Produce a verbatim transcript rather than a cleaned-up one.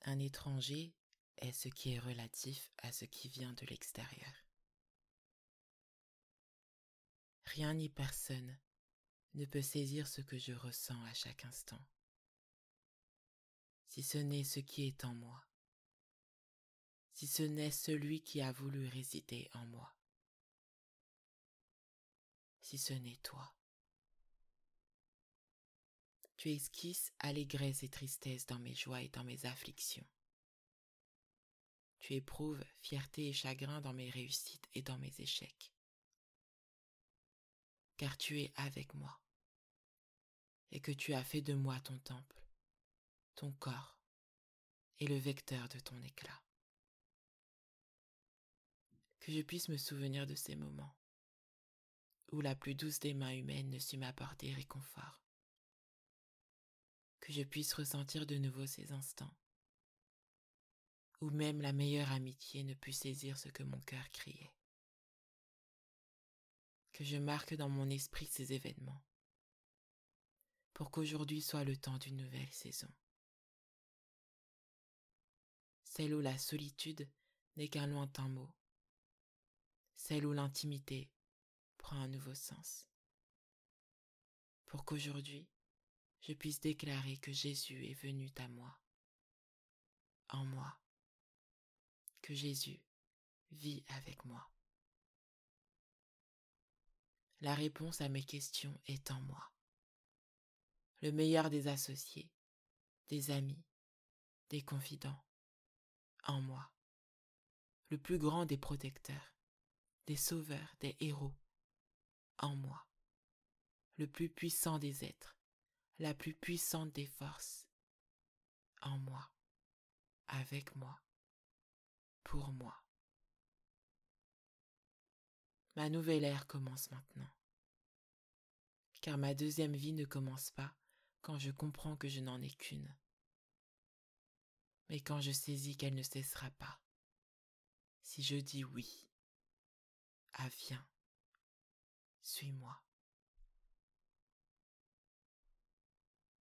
Un étranger est ce qui est relatif à ce qui vient de l'extérieur. Rien ni personne ne peut saisir ce que je ressens à chaque instant, si ce n'est ce qui est en moi, si ce n'est celui qui a voulu résider en moi, si ce n'est toi. Tu esquisses allégresse et tristesse dans mes joies et dans mes afflictions. Tu éprouves fierté et chagrin dans mes réussites et dans mes échecs. Car tu es avec moi, et que tu as fait de moi ton temple, ton corps, et le vecteur de ton éclat. Que je puisse me souvenir de ces moments, où la plus douce des mains humaines ne sut m'apporter réconfort. Que je puisse ressentir de nouveau ces instants, où même la meilleure amitié ne put saisir ce que mon cœur criait. Que je marque dans mon esprit ces événements, pour qu'aujourd'hui soit le temps d'une nouvelle saison. Celle où la solitude n'est qu'un lointain mot, celle où l'intimité prend un nouveau sens. Pour qu'aujourd'hui, je puisse déclarer que Jésus est venu à moi, en moi, que Jésus vit avec moi. La réponse à mes questions est en moi. Le meilleur des associés, des amis, des confidents, en moi. Le plus grand des protecteurs, des sauveurs, des héros, en moi. Le plus puissant des êtres, la plus puissante des forces, en moi, avec moi, pour moi. Ma nouvelle ère commence maintenant, car ma deuxième vie ne commence pas quand je comprends que je n'en ai qu'une, mais quand je saisis qu'elle ne cessera pas, si je dis oui, ah viens, suis-moi.